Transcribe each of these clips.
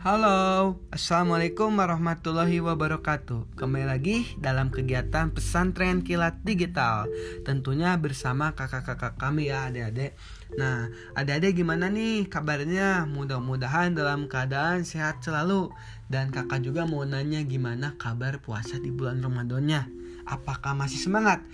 Halo, Assalamualaikum warahmatullahi wabarakatuh. Kembali lagi dalam kegiatan pesantren kilat digital. Tentunya bersama kakak-kakak kami ya adik-adik. Nah, adik-adik gimana nih kabarnya? Mudah-mudahan dalam keadaan sehat selalu. Dan kakak juga mau nanya gimana kabar puasa di bulan Ramadannya. Apakah masih semangat?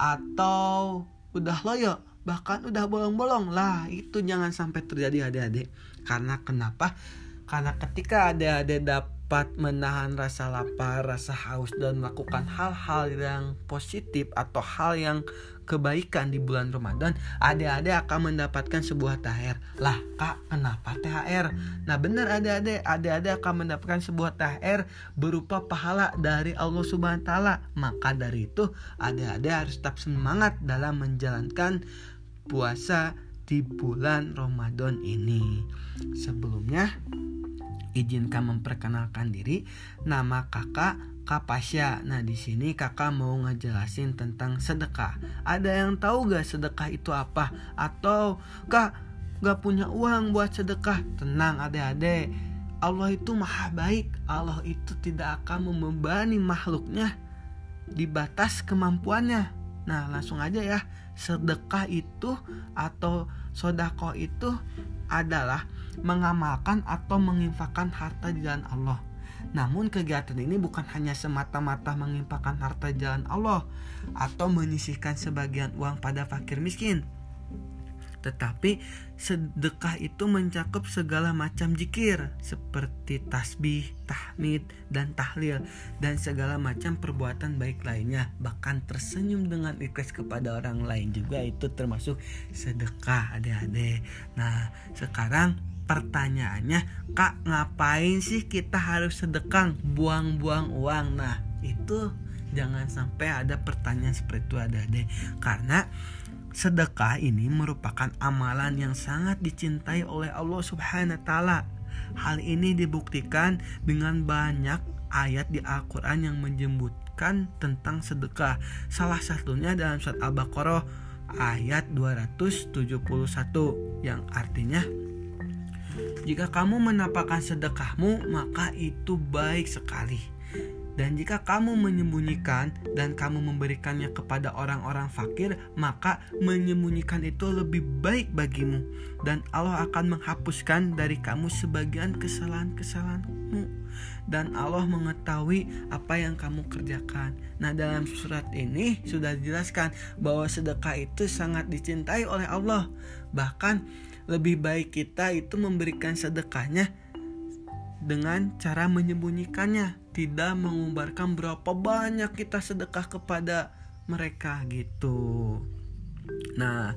Atau udah loyo? Bahkan udah bolong-bolong? Lah, itu jangan sampai terjadi adik-adik. Karena kenapa? Karena ketika adik-adik dapat menahan rasa lapar, rasa haus dan melakukan hal-hal yang positif atau hal yang kebaikan di bulan Ramadan, adik-adik akan mendapatkan sebuah THR. Lah kak, kenapa THR? Nah benar adik-adik akan mendapatkan sebuah THR berupa pahala dari Allah Subhanahu wa Ta'ala. Maka dari itu adik-adik harus tetap semangat dalam menjalankan puasa di bulan Ramadan ini. Sebelumnya izinkan memperkenalkan diri, nama kakak Kapasya. Nah di sini kakak mau ngejelasin tentang sedekah. Ada yang tahu gak sedekah itu apa? Atau kak gak punya uang buat sedekah? Tenang adik-adik, Allah itu maha baik. Allah itu tidak akan membebani makhluknya di batas kemampuannya. Nah langsung aja ya, sedekah itu atau sodako itu adalah mengamalkan atau menginfakkan harta di jalan Allah. Namun kegiatan ini bukan hanya semata-mata menginfakkan harta di jalan Allah atau menyisihkan sebagian uang pada fakir miskin. Tetapi sedekah itu mencakup segala macam zikir seperti tasbih, tahmid, dan tahlil, dan segala macam perbuatan baik lainnya. Bahkan tersenyum dengan ikhlas kepada orang lain juga itu termasuk sedekah adik-adik. Nah sekarang pertanyaannya, kak ngapain sih kita harus sedekah, buang-buang uang? Nah itu jangan sampai ada pertanyaan seperti itu adik-adik. Karena sedekah ini merupakan amalan yang sangat dicintai oleh Allah Subhanahu wa Ta'ala. Hal ini dibuktikan dengan banyak ayat di Al-Quran yang menyebutkan tentang sedekah. Salah satunya dalam surat Al-Baqarah ayat 271 yang artinya, jika kamu menampakkan sedekahmu maka itu baik sekali. Dan jika kamu menyembunyikan dan kamu memberikannya kepada orang-orang fakir, maka menyembunyikan itu lebih baik bagimu. Dan Allah akan menghapuskan dari kamu sebagian kesalahan-kesalahanmu. Dan Allah mengetahui apa yang kamu kerjakan. Nah dalam surat ini sudah dijelaskan bahwa sedekah itu sangat dicintai oleh Allah. Bahkan lebih baik kita itu memberikan sedekahnya dengan cara menyembunyikannya, tidak mengumbarkan berapa banyak kita sedekah kepada mereka gitu. Nah,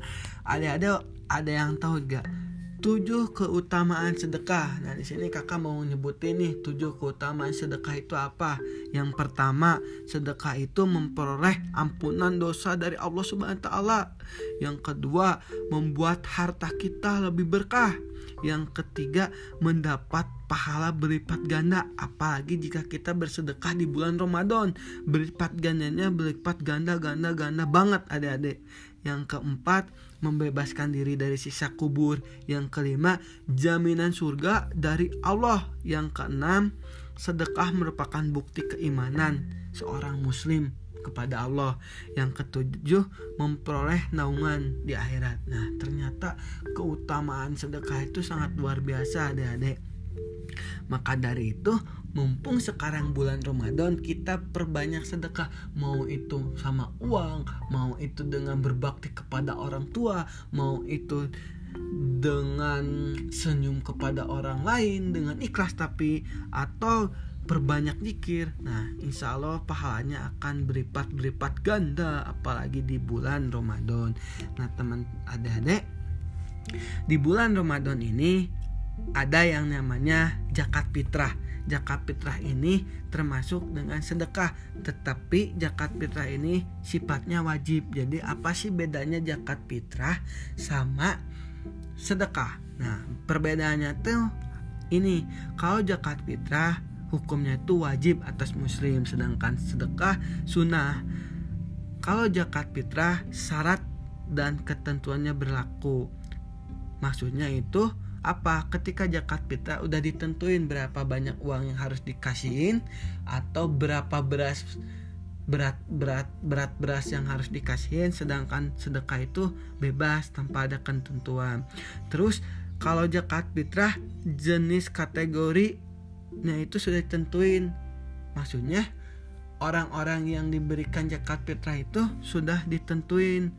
ada yang tahu gak 7 keutamaan sedekah? Nah, di sini kakak mau nyebutin nih 7 keutamaan sedekah itu apa. Yang pertama, sedekah itu memperoleh ampunan dosa dari Allah Subhanahu wa Ta'ala. Yang kedua, membuat harta kita lebih berkah. Yang ketiga, mendapat pahala berlipat ganda, apalagi jika kita bersedekah di bulan Ramadan. Berlipat gandanya berlipat ganda banget adik-adik. Yang keempat, membebaskan diri dari siksa kubur. Yang kelima, jaminan surga dari Allah. Yang keenam, sedekah merupakan bukti keimanan seorang muslim kepada Allah. Yang ketujuh, memperoleh naungan di akhirat. Nah ternyata keutamaan sedekah itu sangat luar biasa adik-adik. Maka dari itu, mumpung sekarang bulan Ramadan, kita perbanyak sedekah. Mau itu sama uang, mau itu dengan berbakti kepada orang tua, mau itu dengan senyum kepada orang lain dengan ikhlas tapi, atau perbanyak zikir. Nah insya Allah pahalanya akan berlipat ganda, apalagi di bulan Ramadan. Nah teman adik-adik, di bulan Ramadan ini ada yang namanya zakat fitrah. Zakat fitrah ini termasuk dengan sedekah, tetapi zakat fitrah ini sifatnya wajib. Jadi apa sih bedanya zakat fitrah sama sedekah? Nah perbedaannya tuh ini, kalau zakat fitrah hukumnya itu wajib atas muslim, sedangkan sedekah sunnah. Kalau zakat fitrah syarat dan ketentuannya berlaku. Maksudnya itu apa? Ketika zakat fitrah udah ditentuin berapa banyak uang yang harus dikasihin atau berapa berat beras yang harus dikasihin, sedangkan sedekah itu bebas tanpa ada ketentuan. Terus kalau zakat fitrah jenis kategorinya itu sudah ditentuin. Maksudnya orang-orang yang diberikan zakat fitrah itu sudah ditentuin.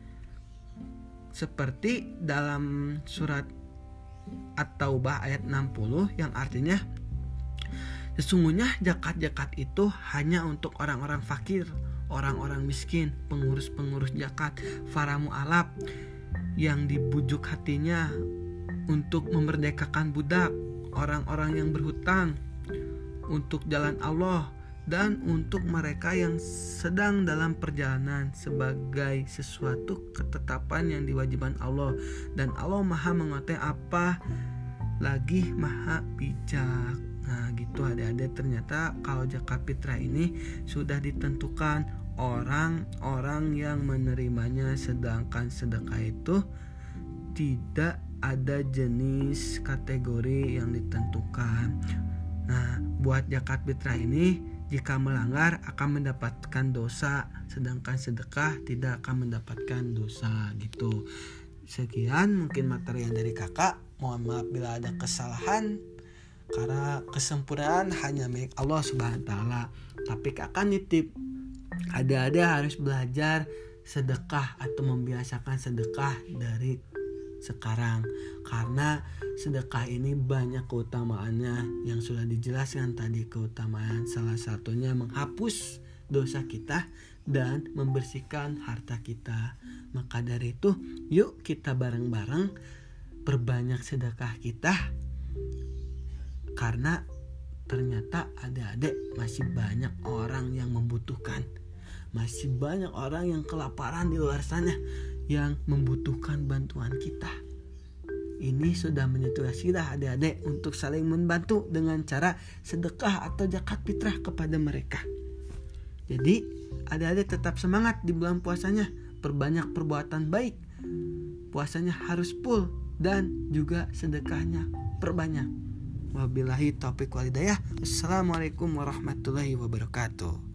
Seperti dalam surat At-Taubah ayat 60 yang artinya sesungguhnya zakat-zakat itu hanya untuk orang-orang fakir, orang-orang miskin, pengurus-pengurus zakat, para mu'alaf yang dibujuk hatinya untuk memerdekakan budak, orang-orang yang berhutang untuk jalan Allah, dan untuk mereka yang sedang dalam perjalanan sebagai sesuatu ketetapan yang diwajibkan Allah. Dan Allah maha mengetahui apa lagi maha bijak. Nah gitu adik-adik, ternyata kalau zakat fitrah ini sudah ditentukan orang-orang yang menerimanya, sedangkan sedekah itu tidak ada jenis kategori yang ditentukan. Nah buat zakat fitrah ini jika melanggar akan mendapatkan dosa, sedangkan sedekah tidak akan mendapatkan dosa gitu. Sekian mungkin materi yang dari kakak. Mohon maaf bila ada kesalahan, karena kesempurnaan hanya milik Allah Subhanahu wa taala. Tapi kakak nitip ada harus belajar sedekah atau membiasakan sedekah dari sekarang, karena sedekah ini banyak keutamaannya yang sudah dijelaskan tadi. Keutamaan salah satunya menghapus dosa kita dan membersihkan harta kita. Maka dari itu yuk kita bareng-bareng perbanyak sedekah kita, karena ternyata adik-adik masih banyak orang yang membutuhkan, masih banyak orang yang kelaparan di luar sana yang membutuhkan bantuan kita. Ini sudah menyentuh kita adik-adik untuk saling membantu dengan cara sedekah atau zakat fitrah kepada mereka. Jadi adik-adik tetap semangat di bulan puasanya, perbanyak perbuatan baik. Puasanya harus full dan juga sedekahnya perbanyak. Wabillahi taufiq wal hidayah. Assalamualaikum warahmatullahi wabarakatuh.